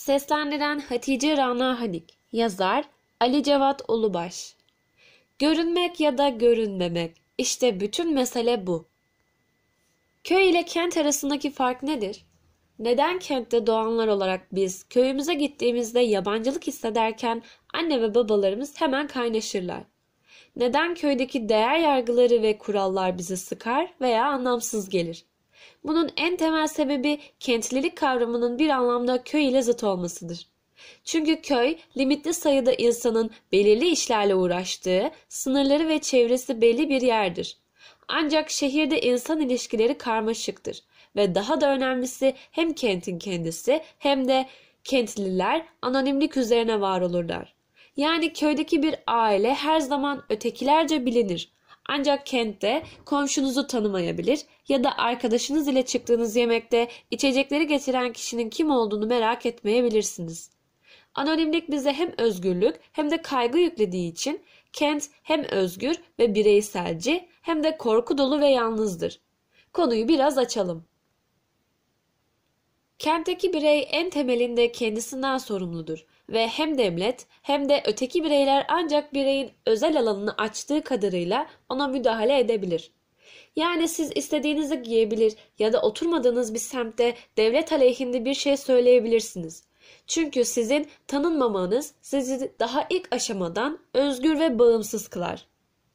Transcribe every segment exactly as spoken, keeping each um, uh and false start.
Seslendiren Hatice Rana Hanik. Yazar Ali Cevat Ulubaş. Görünmek ya da görünmemek. İşte bütün mesele bu. Köy ile kent arasındaki fark nedir? Neden kentte doğanlar olarak biz köyümüze gittiğimizde yabancılık hissederken anne ve babalarımız hemen kaynaşırlar? Neden köydeki değer yargıları ve kurallar bizi sıkar veya anlamsız gelir? Bunun en temel sebebi kentlilik kavramının bir anlamda köy ile zıt olmasıdır. Çünkü köy, limitli sayıda insanın belirli işlerle uğraştığı, sınırları ve çevresi belli bir yerdir. Ancak şehirde insan ilişkileri karmaşıktır ve daha da önemlisi hem kentin kendisi hem de kentliler anonimlik üzerine var olurlar. Yani köydeki bir aile her zaman ötekilerce bilinir. Ancak kentte komşunuzu tanımayabilir ya da arkadaşınız ile çıktığınız yemekte içecekleri getiren kişinin kim olduğunu merak etmeyebilirsiniz. Anonimlik bize hem özgürlük hem de kaygı yüklediği için kent hem özgür ve bireyselci hem de korku dolu ve yalnızdır. Konuyu biraz açalım. Kentteki birey en temelinde kendisinden sorumludur ve hem devlet hem de öteki bireyler ancak bireyin özel alanını açtığı kadarıyla ona müdahale edebilir. Yani siz istediğinizi giyebilir ya da oturmadığınız bir semtte devlet aleyhinde bir şey söyleyebilirsiniz. Çünkü sizin tanınmamanız sizi daha ilk aşamadan özgür ve bağımsız kılar.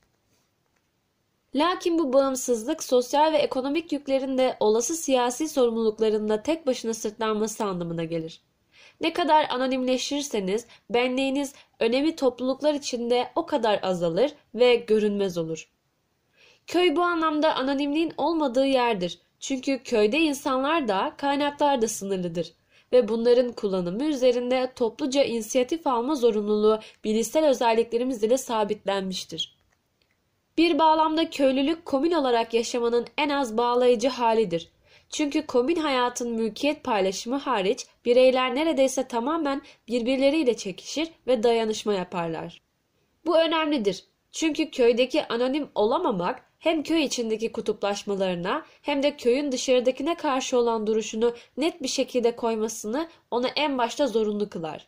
Lakin bu bağımsızlık sosyal ve ekonomik yüklerin de olası siyasi sorumlulukların da tek başına sırtlanması anlamına gelir. Ne kadar anonimleşirseniz benliğiniz önemi topluluklar içinde o kadar azalır ve görünmez olur. Köy bu anlamda anonimliğin olmadığı yerdir. Çünkü köyde insanlar da kaynaklar da sınırlıdır ve bunların kullanımı üzerinde topluca inisiyatif alma zorunluluğu bilişsel özelliklerimiz ile sabitlenmiştir. Bir bağlamda köylülük komün olarak yaşamanın en az bağlayıcı halidir. Çünkü komün hayatın mülkiyet paylaşımı hariç bireyler neredeyse tamamen birbirleriyle çekişir ve dayanışma yaparlar. Bu önemlidir. Çünkü köydeki anonim olamamak hem köy içindeki kutuplaşmalarına hem de köyün dışarıdakine karşı olan duruşunu net bir şekilde koymasını ona en başta zorunlu kılar.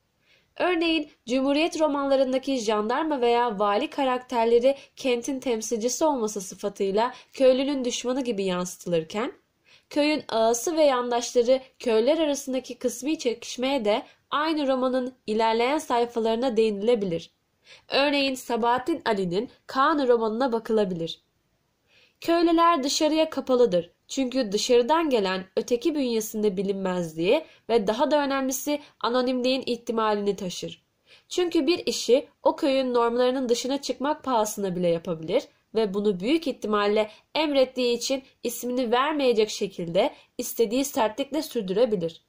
Örneğin Cumhuriyet romanlarındaki jandarma veya vali karakterleri kentin temsilcisi olması sıfatıyla köylünün düşmanı gibi yansıtılırken, köyün ağası ve yandaşları köyler arasındaki kısmi çekişmeye de aynı romanın ilerleyen sayfalarına değinilebilir. Örneğin Sabahattin Ali'nin Kaan romanına bakılabilir. Köylüler dışarıya kapalıdır. Çünkü dışarıdan gelen öteki bünyesinde bilinmezliği ve daha da önemlisi anonimliğin ihtimalini taşır. Çünkü bir işi o köyün normlarının dışına çıkmak pahasına bile yapabilir ve bunu büyük ihtimalle emrettiği için ismini vermeyecek şekilde istediği sertlikle sürdürebilir.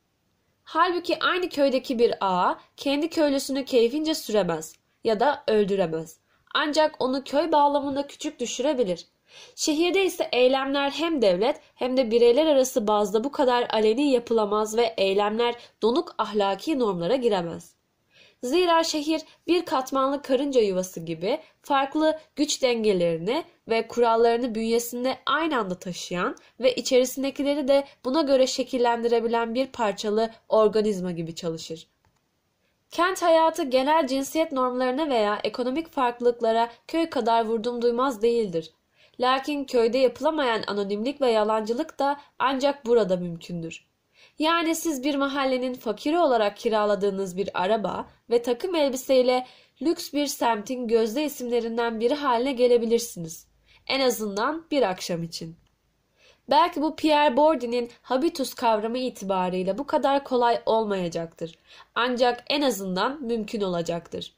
Halbuki aynı köydeki bir ağa kendi köylüsünü keyfince süremez ya da öldüremez. Ancak onu köy bağlamında küçük düşürebilir. Şehirde ise eylemler hem devlet hem de bireyler arası bazda bu kadar aleni yapılamaz ve eylemler donuk ahlaki normlara giremez. Zira şehir bir katmanlı karınca yuvası gibi farklı güç dengelerini ve kurallarını bünyesinde aynı anda taşıyan ve içerisindekileri de buna göre şekillendirebilen bir parçalı organizma gibi çalışır. Kent hayatı genel cinsiyet normlarına veya ekonomik farklılıklara köy kadar vurdum duymaz değildir. Lakin köyde yapılamayan anonimlik ve yalancılık da ancak burada mümkündür. Yani siz bir mahallenin fakiri olarak kiraladığınız bir araba ve takım elbiseyle lüks bir semtin gözde isimlerinden biri haline gelebilirsiniz. En azından bir akşam için. Belki bu Pierre Bourdieu'nin habitus kavramı itibarıyla bu kadar kolay olmayacaktır. Ancak en azından mümkün olacaktır.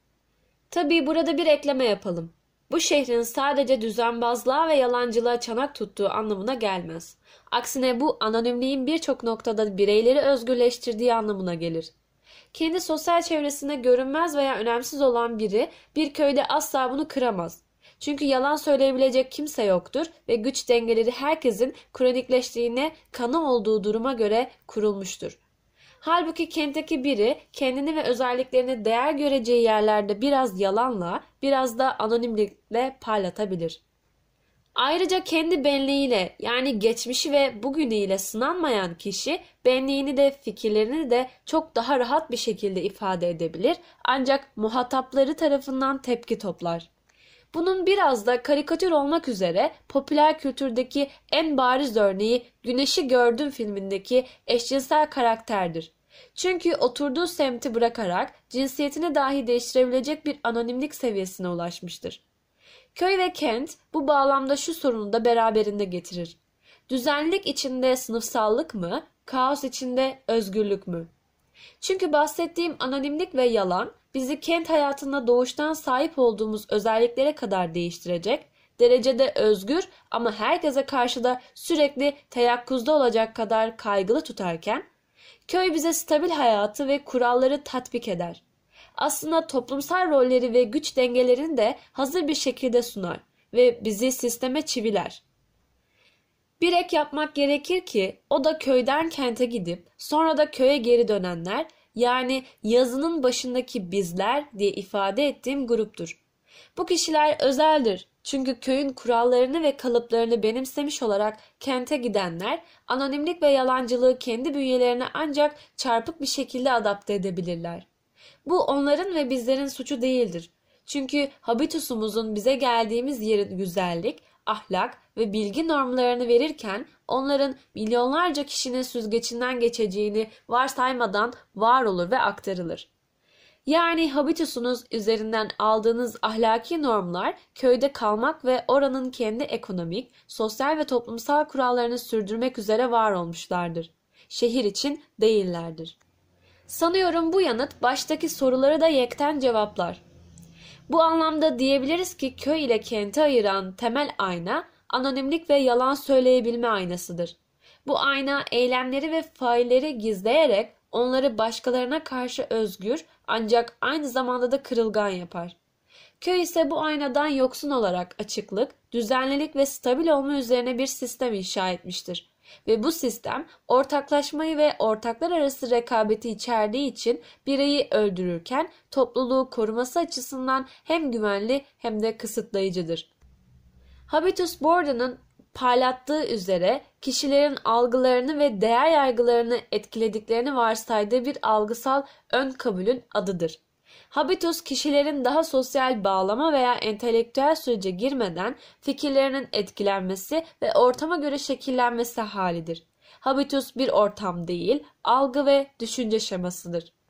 Tabii burada bir ekleme yapalım. Bu şehrin sadece düzenbazlığa ve yalancılığa çanak tuttuğu anlamına gelmez. Aksine bu anonimliğin birçok noktada bireyleri özgürleştirdiği anlamına gelir. Kendi sosyal çevresinde görünmez veya önemsiz olan biri bir köyde asla bunu kıramaz. Çünkü yalan söyleyebilecek kimse yoktur ve güç dengeleri herkesin kronikleştiğine kanı olduğu duruma göre kurulmuştur. Halbuki kentteki biri kendini ve özelliklerini değer göreceği yerlerde biraz yalanla, biraz da anonimlikle parlatabilir. Ayrıca kendi benliğiyle yani geçmişi ve bugünüyle sınanmayan kişi benliğini de fikirlerini de çok daha rahat bir şekilde ifade edebilir ancak muhatapları tarafından tepki toplar. Bunun biraz da karikatür olmak üzere popüler kültürdeki en bariz örneği Güneşi Gördüm filmindeki eşcinsel karakterdir. Çünkü oturduğu semti bırakarak cinsiyetini dahi değiştirebilecek bir anonimlik seviyesine ulaşmıştır. Köy ve kent bu bağlamda şu sorunu da beraberinde getirir. Düzenlilik içinde sınıfsallık mı, kaos içinde özgürlük mü? Çünkü bahsettiğim anonimlik ve yalan bizi kent hayatında doğuştan sahip olduğumuz özelliklere kadar değiştirecek, derecede özgür ama herkese karşı da sürekli teyakkuzda olacak kadar kaygılı tutarken, köy bize stabil hayatı ve kuralları tatbik eder. Aslında toplumsal rolleri ve güç dengelerini de hazır bir şekilde sunar ve bizi sisteme çiviler. Bir ek yapmak gerekir ki o da köyden kente gidip sonra da köye geri dönenler yani yazının başındaki bizler diye ifade ettiğim gruptur. Bu kişiler özeldir çünkü köyün kurallarını ve kalıplarını benimsemiş olarak kente gidenler anonimlik ve yalancılığı kendi bünyelerine ancak çarpık bir şekilde adapte edebilirler. Bu onların ve bizlerin suçu değildir. Çünkü habitusumuzun bize geldiğimiz yerin güzellik, ahlak ve bilgi normlarını verirken onların milyonlarca kişinin süzgecinden geçeceğini varsaymadan var olur ve aktarılır. Yani habitusunuz üzerinden aldığınız ahlaki normlar köyde kalmak ve oranın kendi ekonomik, sosyal ve toplumsal kurallarını sürdürmek üzere var olmuşlardır. Şehir için değillerdir. Sanıyorum bu yanıt baştaki soruları da yekten cevaplar. Bu anlamda diyebiliriz ki köy ile kenti ayıran temel ayna anonimlik ve yalan söyleyebilme aynasıdır. Bu ayna eylemleri ve failleri gizleyerek onları başkalarına karşı özgür ancak aynı zamanda da kırılgan yapar. Köy ise bu aynadan yoksun olarak açıklık, düzenlilik ve stabil olma üzerine bir sistem inşa etmiştir. Ve bu sistem ortaklaşmayı ve ortaklar arası rekabeti içerdiği için bireyi öldürürken topluluğu koruması açısından hem güvenli hem de kısıtlayıcıdır. Habitus Bourdieu'nun parlattığı üzere kişilerin algılarını ve değer yargılarını etkilediklerini varsaydığı bir algısal ön kabulün adıdır. Habitus kişilerin daha sosyal bağlama veya entelektüel sürece girmeden fikirlerinin etkilenmesi ve ortama göre şekillenmesi halidir. Habitus bir ortam değil, algı ve düşünce şemasıdır.